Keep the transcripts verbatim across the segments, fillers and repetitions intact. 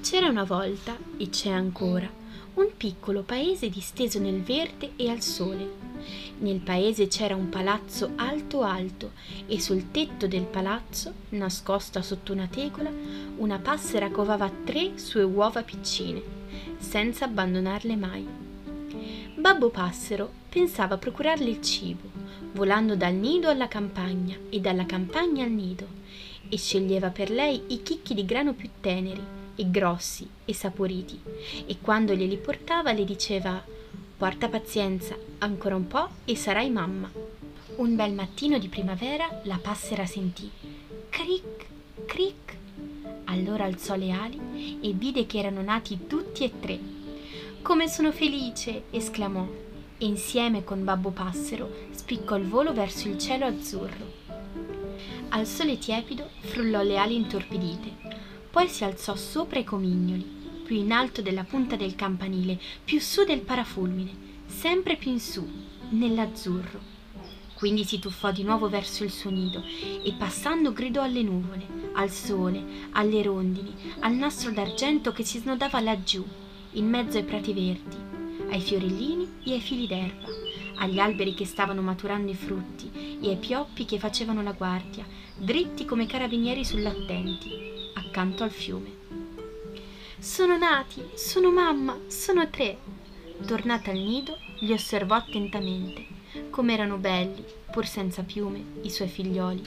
C'era una volta, e c'è ancora, un piccolo paese disteso nel verde e al sole. Nel paese c'era un palazzo alto alto e sul tetto del palazzo, nascosta sotto una tegola, una passera covava tre sue uova piccine, senza abbandonarle mai. Babbo Passero pensava a procurarle il cibo, volando dal nido alla campagna e dalla campagna al nido, e sceglieva per lei i chicchi di grano più teneri e grossi e saporiti, e quando glieli portava le diceva: «Porta pazienza, ancora un po' e sarai mamma». Un bel mattino di primavera la passera sentì cric, cric. Allora alzò le ali e vide che erano nati tutti e tre. «Come sono felice!» esclamò, e insieme con Babbo Passero spiccò il volo verso il cielo azzurro. Al sole tiepido frullò le ali intorpidite, poi si alzò sopra i comignoli, più in alto della punta del campanile, più su del parafulmine, sempre più in su, nell'azzurro. Quindi si tuffò di nuovo verso il suo nido e passando gridò alle nuvole, al sole, alle rondini, al nastro d'argento che si snodava laggiù, in mezzo ai prati verdi, ai fiorellini e ai fili d'erba, agli alberi che stavano maturando i frutti e ai pioppi che facevano la guardia, dritti come carabinieri sull'attenti, accanto al fiume. «Sono nati, sono mamma, sono tre!» Tornata al nido, li osservò attentamente, come erano belli, pur senza piume, i suoi figlioli.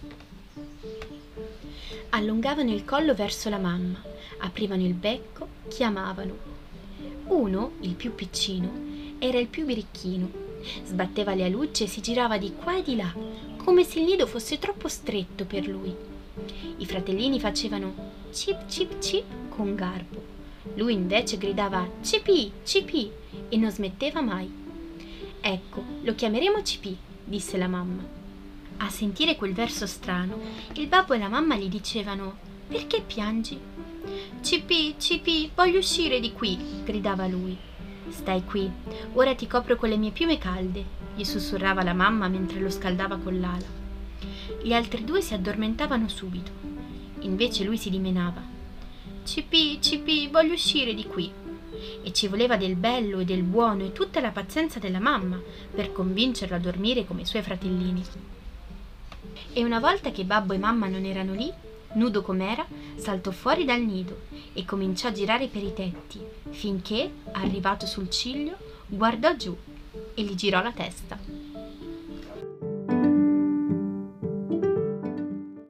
Allungavano il collo verso la mamma, aprivano il becco, chiamavano. Uno, il più piccino, era il più birichino. Sbatteva le alucce e si girava di qua e di là, come se il nido fosse troppo stretto per lui. I fratellini facevano cip cip cip con garbo. Lui invece gridava cipì, cipì e non smetteva mai. «Ecco, lo chiameremo Cipì», disse la mamma. A sentire quel verso strano, il babbo e la mamma gli dicevano: «Perché piangi?» «Cipì, Cipì, voglio uscire di qui», gridava lui. «Stai qui, ora ti copro con le mie piume calde», gli sussurrava la mamma mentre lo scaldava con l'ala. Gli altri due si addormentavano subito. Invece lui si dimenava: «Cipì, Cipì, voglio uscire di qui». E ci voleva del bello e del buono e tutta la pazienza della mamma per convincerlo a dormire come i suoi fratellini. E una volta che babbo e mamma non erano lì, nudo com'era, saltò fuori dal nido e cominciò a girare per i tetti, finché, arrivato sul ciglio, guardò giù e gli girò la testa.